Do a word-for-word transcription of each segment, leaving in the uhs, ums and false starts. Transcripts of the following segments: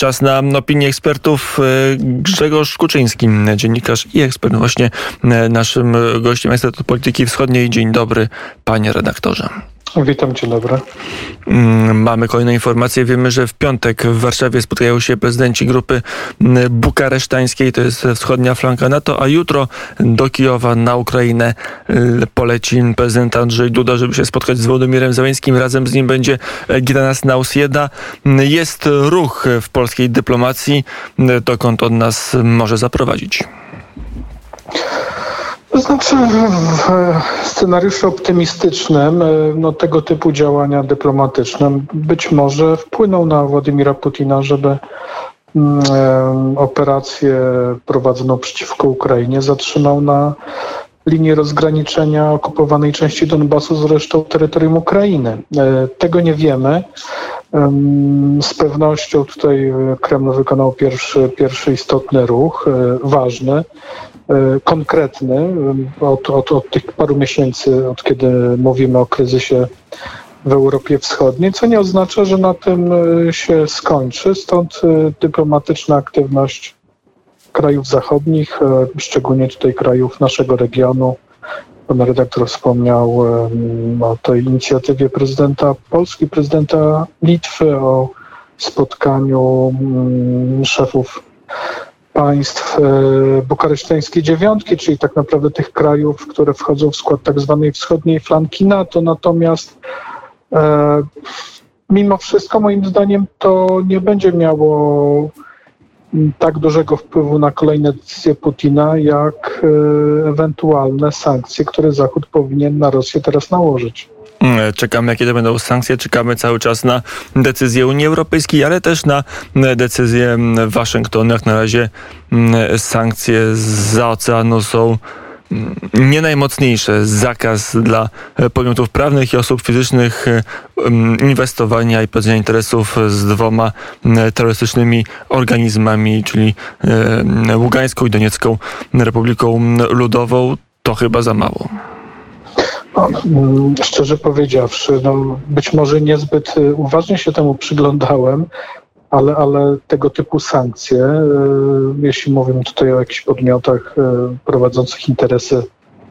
Czas na opinię ekspertów. Grzegorz Kuczyński, dziennikarz i ekspert, właśnie naszym gościem, ekspert od polityki wschodniej. Dzień dobry, panie redaktorze. Witam, dzień dobry. Mamy kolejne informacje. Wiemy, że w piątek w Warszawie spotkają się prezydenci grupy bukaresztańskiej, to jest wschodnia flanka NATO, a jutro do Kijowa na Ukrainę poleci prezydent Andrzej Duda, żeby się spotkać z Wołodymirem Zełeńskim. Razem z nim będzie Gitanas Nausjeda. Jest ruch w polskiej dyplomacji. Dokąd on nas może zaprowadzić? To znaczy, w scenariuszu optymistycznym no, tego typu działania dyplomatyczne być może wpłyną na Władimira Putina, żeby um, operację prowadzoną przeciwko Ukrainie zatrzymał na linii rozgraniczenia okupowanej części Donbasu z resztą terytorium Ukrainy. Tego nie wiemy. Z pewnością tutaj Kreml wykonał pierwszy, pierwszy istotny ruch, ważny, konkretny. Od, od, od tych paru miesięcy, od kiedy mówimy o kryzysie w Europie Wschodniej, co nie oznacza, że na tym się skończy. Stąd dyplomatyczna aktywność krajów zachodnich, szczególnie tutaj krajów naszego regionu. Pan redaktor wspomniał o tej inicjatywie prezydenta Polski, prezydenta Litwy, o spotkaniu szefów państw bukaresztańskiej dziewiątki, czyli tak naprawdę tych krajów, które wchodzą w skład tak zwanej wschodniej flanki NATO. Natomiast e, mimo wszystko moim zdaniem to nie będzie miało tak dużego wpływu na kolejne decyzje Putina, jak e, ewentualne sankcje, które Zachód powinien na Rosję teraz nałożyć. Czekamy, jakie to będą sankcje. Czekamy cały czas na decyzję Unii Europejskiej, ale też na decyzję Waszyngtonu. Jak na razie sankcje zza oceanu są nie najmocniejsze. Zakaz dla podmiotów prawnych i osób fizycznych inwestowania i prowadzenia interesów z dwoma terrorystycznymi organizmami, czyli Ługańską i Doniecką Republiką Ludową. To chyba za mało. No, szczerze powiedziawszy, no, być może niezbyt uważnie się temu przyglądałem, ale, ale tego typu sankcje, jeśli mówimy tutaj o jakichś podmiotach prowadzących interesy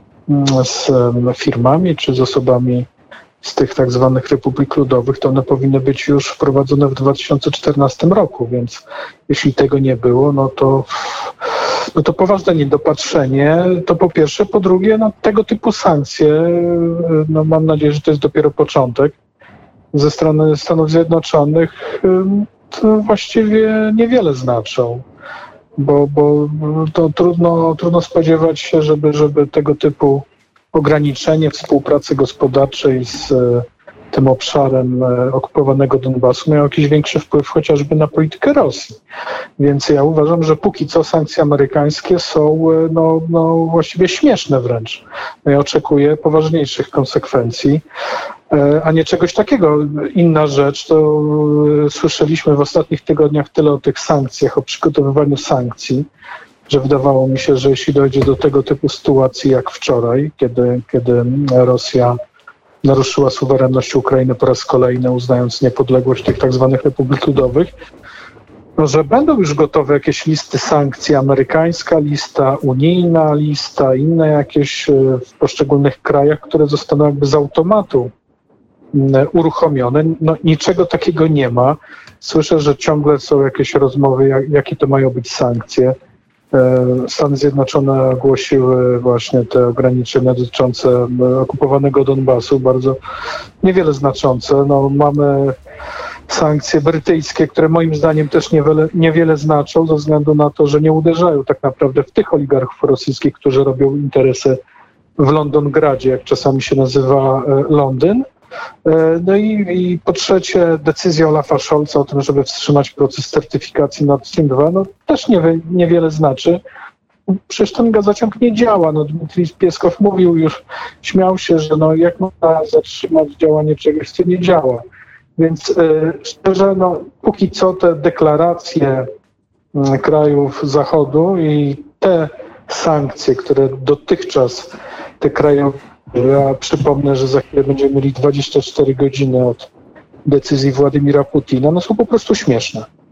z firmami czy z osobami z tych tak zwanych republik ludowych, to one powinny być już wprowadzone w dwa tysiące czternastym roku, więc jeśli tego nie było, no to no to poważne niedopatrzenie, to po pierwsze. Po drugie, no, tego typu sankcje, no, mam nadzieję, że to jest dopiero początek, ze strony Stanów Zjednoczonych to właściwie niewiele znaczą, bo, bo to trudno, trudno spodziewać się, żeby, żeby tego typu ograniczenie współpracy gospodarczej z tym obszarem okupowanego Donbasu miał jakiś większy wpływ chociażby na politykę Rosji. Więc ja uważam, że póki co sankcje amerykańskie są no, no właściwie śmieszne wręcz. Ja oczekuję poważniejszych konsekwencji, a nie czegoś takiego. Inna rzecz, to słyszeliśmy w ostatnich tygodniach tyle o tych sankcjach, o przygotowywaniu sankcji, że wydawało mi się, że jeśli dojdzie do tego typu sytuacji jak wczoraj, kiedy, kiedy Rosja naruszyła suwerenność Ukrainy po raz kolejny, uznając niepodległość tych tak zwanych republik ludowych, no, że będą już gotowe jakieś listy sankcji, amerykańska lista, unijna lista, inne jakieś w poszczególnych krajach, które zostaną jakby z automatu uruchomione. No, niczego takiego nie ma. Słyszę, że ciągle są jakieś rozmowy, jak, jakie to mają być sankcje. Stany Zjednoczone ogłosiły właśnie te ograniczenia dotyczące okupowanego Donbasu, bardzo niewiele znaczące. No, mamy sankcje brytyjskie, które moim zdaniem też niewiele, niewiele znaczą, ze względu na to, że nie uderzają tak naprawdę w tych oligarchów rosyjskich, którzy robią interesy w Londongradzie, jak czasami się nazywa Londyn. No i, i po trzecie decyzja Olafa Scholza o tym, żeby wstrzymać proces certyfikacji Nord Stream dwa, no też nie, niewiele znaczy. Przecież ten gazociąg nie działa. No, Dmitrij Pieskow mówił już, śmiał się, że no, jak można zatrzymać działanie czegoś, co nie działa. Więc yy, szczerze, no, póki co te deklaracje yy, krajów Zachodu i te sankcje, które dotychczas te kraje. Ja przypomnę, że za chwilę będziemy mieli dwadzieścia cztery godziny od decyzji Władimira Putina. No są po prostu śmieszne.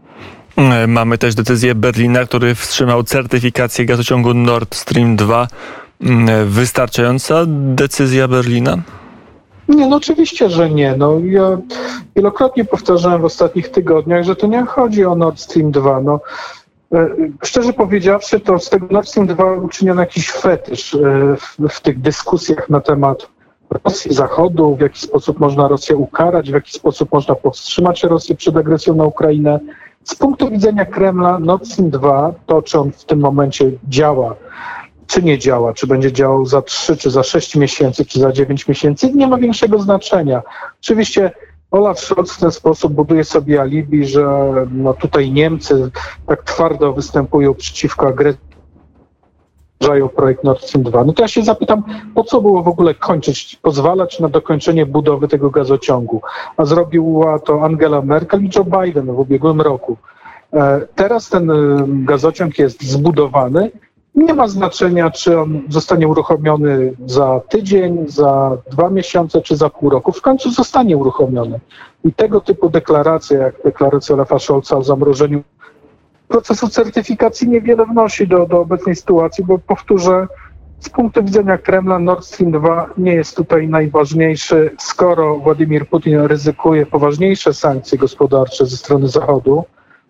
Mamy też decyzję Berlina, który wstrzymał certyfikację gazociągu Nord Stream dwa. Wystarczająca decyzja Berlina? Nie, no oczywiście, że nie. No, ja wielokrotnie powtarzałem w ostatnich tygodniach, że to nie chodzi o Nord Stream dwa. No, szczerze powiedziawszy, to z tego Nord Stream dwa uczyniono jakiś fetysz w, w tych dyskusjach na temat Rosji, Zachodu, w jaki sposób można Rosję ukarać, w jaki sposób można powstrzymać Rosję przed agresją na Ukrainę. Z punktu widzenia Kremla Nord Stream dwa, to czy on w tym momencie działa, czy nie działa, czy będzie działał za trzy, czy za sześć miesięcy, czy za dziewięć miesięcy, nie ma większego znaczenia. Oczywiście Olaf Scholz w ten sposób buduje sobie alibi, że no tutaj Niemcy tak twardo występują przeciwko agresji, projekt Nord Stream dwa. No to ja się zapytam, po co było w ogóle kończyć, pozwalać na dokończenie budowy tego gazociągu? A zrobiła to Angela Merkel i Joe Biden w ubiegłym roku. Teraz ten gazociąg jest zbudowany. Nie ma znaczenia, czy on zostanie uruchomiony za tydzień, za dwa miesiące, czy za pół roku. W końcu zostanie uruchomiony. I tego typu deklaracje, jak deklaracja Olafa Scholza o zamrożeniu procesu certyfikacji, niewiele wnosi do, do obecnej sytuacji, bo powtórzę, z punktu widzenia Kremla Nord Stream dwa nie jest tutaj najważniejszy, skoro Władimir Putin ryzykuje poważniejsze sankcje gospodarcze ze strony Zachodu,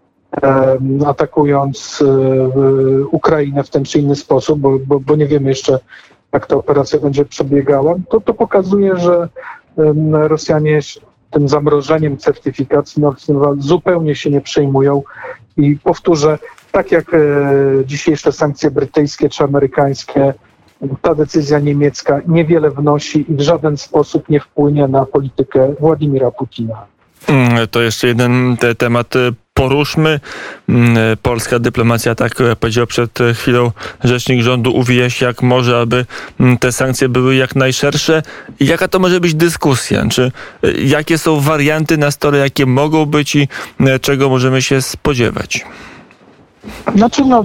atakując Ukrainę w ten czy inny sposób, bo, bo, bo nie wiemy jeszcze, jak ta operacja będzie przebiegała, to, to pokazuje, że Rosjanie tym zamrożeniem certyfikacji Nord Stream dwa zupełnie się nie przejmują. I powtórzę, tak jak dzisiejsze sankcje brytyjskie czy amerykańskie, ta decyzja niemiecka niewiele wnosi i w żaden sposób nie wpłynie na politykę Władimira Putina. To jeszcze jeden te temat poruszmy. Polska dyplomacja, tak powiedział przed chwilą rzecznik rządu, uwija się jak może, aby te sankcje były jak najszersze. Jaka to może być dyskusja? Czy jakie są warianty na stole, jakie mogą być i czego możemy się spodziewać? Znaczy, no,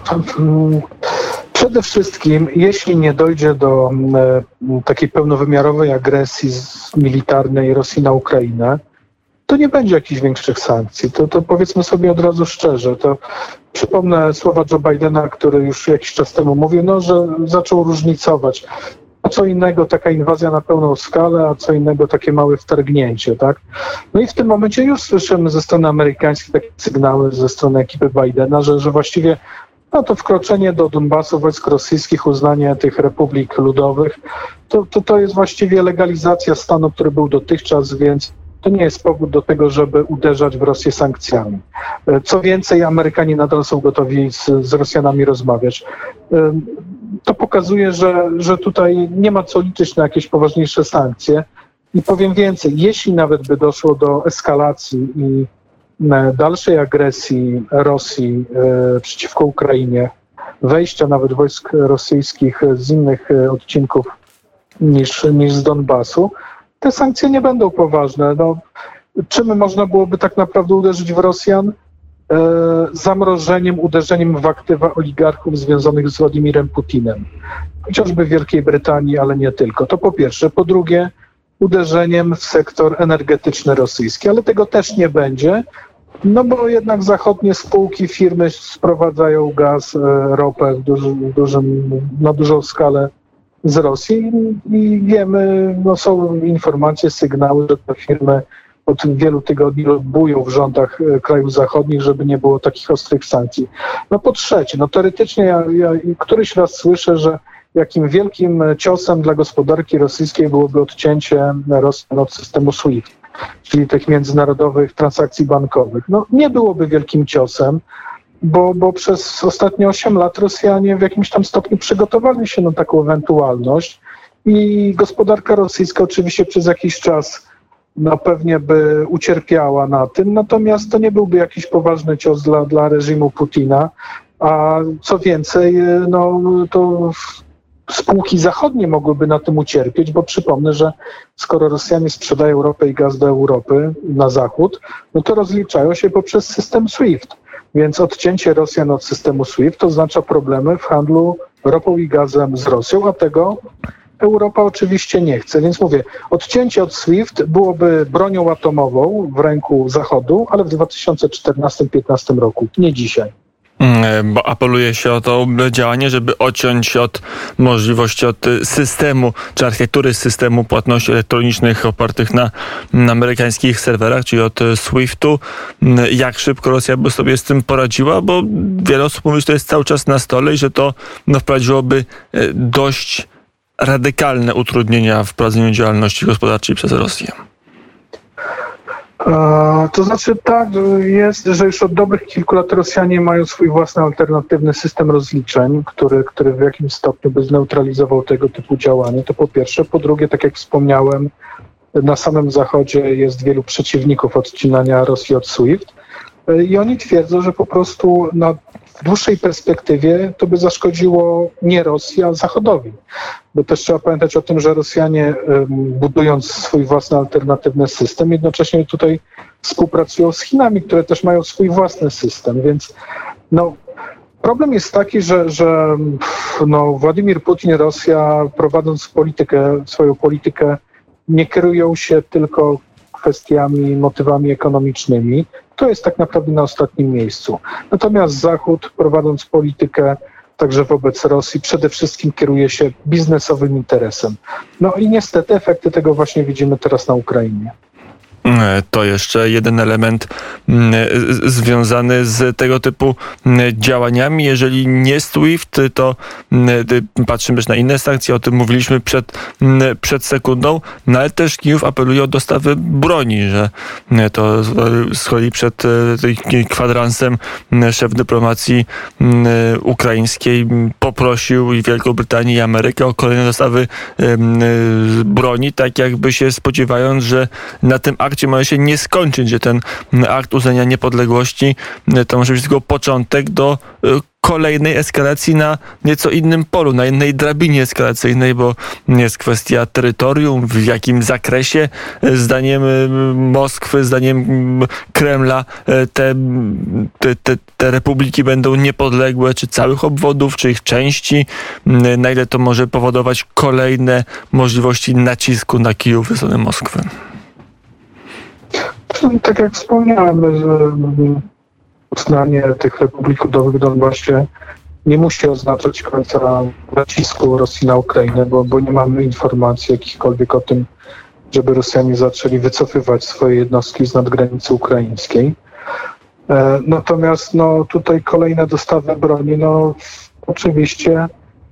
przede wszystkim, jeśli nie dojdzie do takiej pełnowymiarowej agresji militarnej Rosji na Ukrainę, to nie będzie jakichś większych sankcji. To, to powiedzmy sobie od razu szczerze. To przypomnę słowa Joe Bidena, który już jakiś czas temu mówił, no, że zaczął różnicować. A co innego taka inwazja na pełną skalę, a co innego takie małe wtargnięcie, tak? No i w tym momencie już słyszymy ze strony amerykańskiej takie sygnały ze strony ekipy Bidena, że, że właściwie no to wkroczenie do Donbasu wojsk rosyjskich, uznanie tych republik ludowych, to, to, to jest właściwie legalizacja stanu, który był dotychczas, więc to nie jest powód do tego, żeby uderzać w Rosję sankcjami. Co więcej, Amerykanie nadal są gotowi z, z Rosjanami rozmawiać. To pokazuje, że, że tutaj nie ma co liczyć na jakieś poważniejsze sankcje. I powiem więcej, jeśli nawet by doszło do eskalacji i dalszej agresji Rosji przeciwko Ukrainie, wejścia nawet wojsk rosyjskich z innych odcinków niż, niż z Donbasu, te sankcje nie będą poważne. No, czym można byłoby tak naprawdę uderzyć w Rosjan? E, zamrożeniem, uderzeniem w aktywa oligarchów związanych z Władimirem Putinem. Chociażby w Wielkiej Brytanii, ale nie tylko. To po pierwsze. Po drugie, uderzeniem w sektor energetyczny rosyjski, ale tego też nie będzie, no bo jednak zachodnie spółki, firmy sprowadzają gaz, ropę w duży, w dużym, na dużą skalę z Rosji i wiemy, no są informacje, sygnały, że te firmy od wielu tygodni lobbują w rządach krajów zachodnich, żeby nie było takich ostrych sankcji. No po trzecie, no teoretycznie ja, ja któryś raz słyszę, że jakim wielkim ciosem dla gospodarki rosyjskiej byłoby odcięcie Rosji od systemu SWIFT, czyli tych międzynarodowych transakcji bankowych. No nie byłoby wielkim ciosem, Bo, bo przez ostatnie osiem lat Rosjanie w jakimś tam stopniu przygotowali się na taką ewentualność i gospodarka rosyjska oczywiście przez jakiś czas no, pewnie by ucierpiała na tym, natomiast to nie byłby jakiś poważny cios dla, dla reżimu Putina, a co więcej, no to spółki zachodnie mogłyby na tym ucierpieć, bo przypomnę, że skoro Rosjanie sprzedają ropę i gaz do Europy na zachód, no to rozliczają się poprzez system SWIFT. Więc odcięcie Rosjan od systemu SWIFT oznacza problemy w handlu ropą i gazem z Rosją, a tego Europa oczywiście nie chce. Więc mówię, odcięcie od SWIFT byłoby bronią atomową w ręku Zachodu, ale w dwa tysiące czternastym do dwa tysiące piętnastym roku, nie dzisiaj. Bo apeluje się o to działanie, żeby odciąć od możliwości, od systemu, czy architektury systemu płatności elektronicznych opartych na, na amerykańskich serwerach, czyli od SWIFT-u. Jak szybko Rosja by sobie z tym poradziła? Bo wiele osób mówi, że to jest cały czas na stole i że to no, wprowadziłoby dość radykalne utrudnienia w prowadzeniu działalności gospodarczej przez Rosję. To znaczy tak jest, że już od dobrych kilku lat Rosjanie mają swój własny alternatywny system rozliczeń, który, który w jakimś stopniu by zneutralizował tego typu działanie. To po pierwsze. Po drugie, tak jak wspomniałem, na samym Zachodzie jest wielu przeciwników odcinania Rosji od SWIFT i oni twierdzą, że po prostu na w dłuższej perspektywie to by zaszkodziło nie Rosji, a Zachodowi. Bo też trzeba pamiętać o tym, że Rosjanie budując swój własny alternatywny system, jednocześnie tutaj współpracują z Chinami, które też mają swój własny system. Więc no, problem jest taki, że, że no, Władimir Putin, Rosja prowadząc politykę, swoją politykę nie kierują się tylko kwestiami, motywami ekonomicznymi. To jest tak naprawdę na ostatnim miejscu. Natomiast Zachód, prowadząc politykę także wobec Rosji, przede wszystkim kieruje się biznesowym interesem. No i niestety efekty tego właśnie widzimy teraz na Ukrainie. To jeszcze jeden element związany z tego typu działaniami. Jeżeli nie SWIFT, to patrzymy też na inne sankcje, o tym mówiliśmy przed, przed sekundą, no ale też Kijów apeluje o dostawy broni, że to z kolei przed kwadransem szef dyplomacji ukraińskiej poprosił i Wielką Brytanię i Amerykę o kolejne dostawy broni, tak jakby się spodziewając, że na tym akcie może się nie skończyć, że ten akt uznania niepodległości to może być tylko początek do kolejnej eskalacji na nieco innym polu, na innej drabinie eskalacyjnej, bo jest kwestia terytorium, w jakim zakresie zdaniem Moskwy, zdaniem Kremla te, te, te republiki będą niepodległe, czy całych obwodów, czy ich części, na ile to może powodować kolejne możliwości nacisku na Kijów ze strony Moskwy. Tak jak wspomniałem, że uznanie tych republik ludowych w Donbasie nie musi oznaczać końca nacisku Rosji na Ukrainę, bo, bo nie mamy informacji jakichkolwiek o tym, żeby Rosjanie zaczęli wycofywać swoje jednostki z nadgranicy ukraińskiej. E, natomiast no, tutaj kolejne dostawy broni, no oczywiście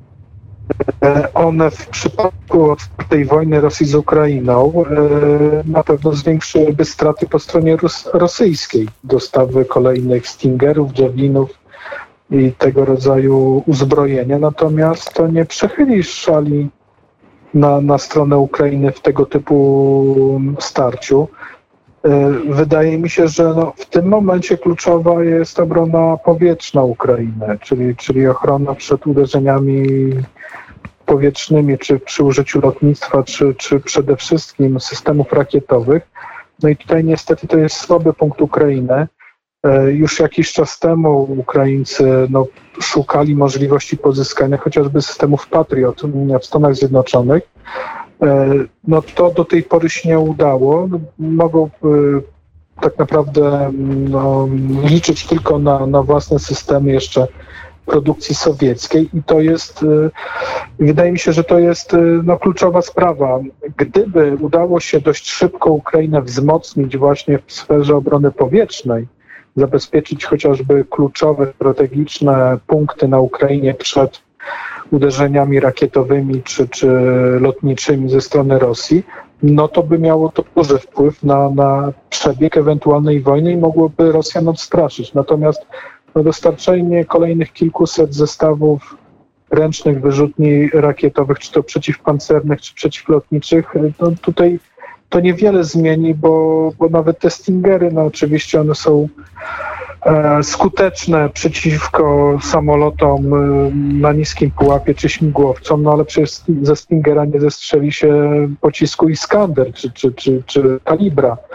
one w przypadku tej wojny Rosji z Ukrainą na pewno zwiększyłyby straty po stronie rus- rosyjskiej. Dostawy kolejnych Stingerów, Javelinów i tego rodzaju uzbrojenia. Natomiast to nie przechyli szali na, na stronę Ukrainy w tego typu starciu. Wydaje mi się, że no, w tym momencie kluczowa jest obrona powietrzna Ukrainy, czyli, czyli ochrona przed uderzeniami powietrznymi, czy przy użyciu lotnictwa, czy, czy przede wszystkim systemów rakietowych. No i tutaj niestety to jest słaby punkt Ukrainy. Już jakiś czas temu Ukraińcy no, szukali możliwości pozyskania chociażby systemów Patriot w Stanach Zjednoczonych. No to do tej pory się nie udało. Mogą tak naprawdę no, liczyć tylko na, na własne systemy jeszcze produkcji sowieckiej i to jest, wydaje mi się, że to jest no, kluczowa sprawa. Gdyby udało się dość szybko Ukrainę wzmocnić właśnie w sferze obrony powietrznej, zabezpieczyć chociażby kluczowe, strategiczne punkty na Ukrainie przed uderzeniami rakietowymi czy, czy lotniczymi ze strony Rosji, no to by miało to duży wpływ na, na przebieg ewentualnej wojny i mogłoby Rosjan odstraszyć. Natomiast no, dostarczenie kolejnych kilkuset zestawów ręcznych wyrzutni rakietowych, czy to przeciwpancernych, czy przeciwlotniczych, no tutaj to niewiele zmieni, bo, bo nawet te Stingery, no oczywiście one są e, skuteczne przeciwko samolotom e, na niskim pułapie czy śmigłowcom, no ale przecież ze Stingera nie zestrzeli się pocisku Iskander czy, czy, czy, czy Kalibra.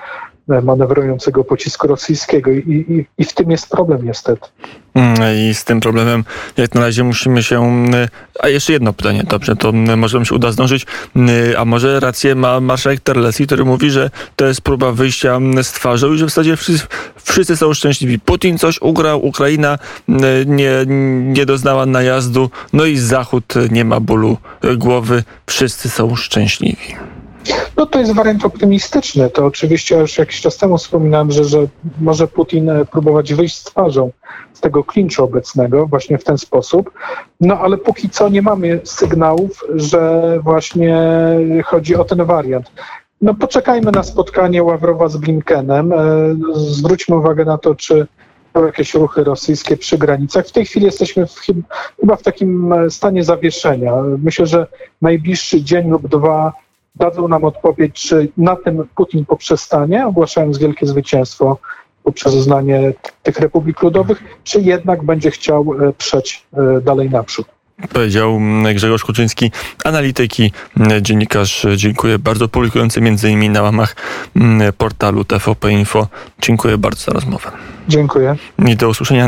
manewrującego pocisku rosyjskiego i, i, i w tym jest problem niestety. I z tym problemem jak na razie musimy się... A jeszcze jedno pytanie, dobrze, to może mi się uda zdążyć. A może rację ma marszałek Terlecki, który mówi, że to jest próba wyjścia z twarzą i że w zasadzie wszyscy, wszyscy są szczęśliwi. Putin coś ugrał, Ukraina nie, nie doznała najazdu, no i Zachód nie ma bólu głowy. Wszyscy są szczęśliwi. No to jest wariant optymistyczny. To oczywiście już jakiś czas temu wspominałem, że, że może Putin próbować wyjść z twarzą z tego klinczu obecnego właśnie w ten sposób. No ale póki co nie mamy sygnałów, że właśnie chodzi o ten wariant. No poczekajmy na spotkanie Ławrowa z Blinkenem. Zwróćmy uwagę na to, czy są jakieś ruchy rosyjskie przy granicach. W tej chwili jesteśmy w, chyba w takim stanie zawieszenia. Myślę, że najbliższy dzień lub dwa dadzą nam odpowiedź, czy na tym Putin poprzestanie, ogłaszając wielkie zwycięstwo poprzez uznanie tych republik ludowych, czy jednak będzie chciał przejść dalej naprzód. Powiedział Grzegorz Kuczyński, analityk i dziennikarz. Dziękuję bardzo, publikujący między innymi na łamach portalu T V P Info. Dziękuję bardzo za rozmowę. Dziękuję. I do usłyszenia.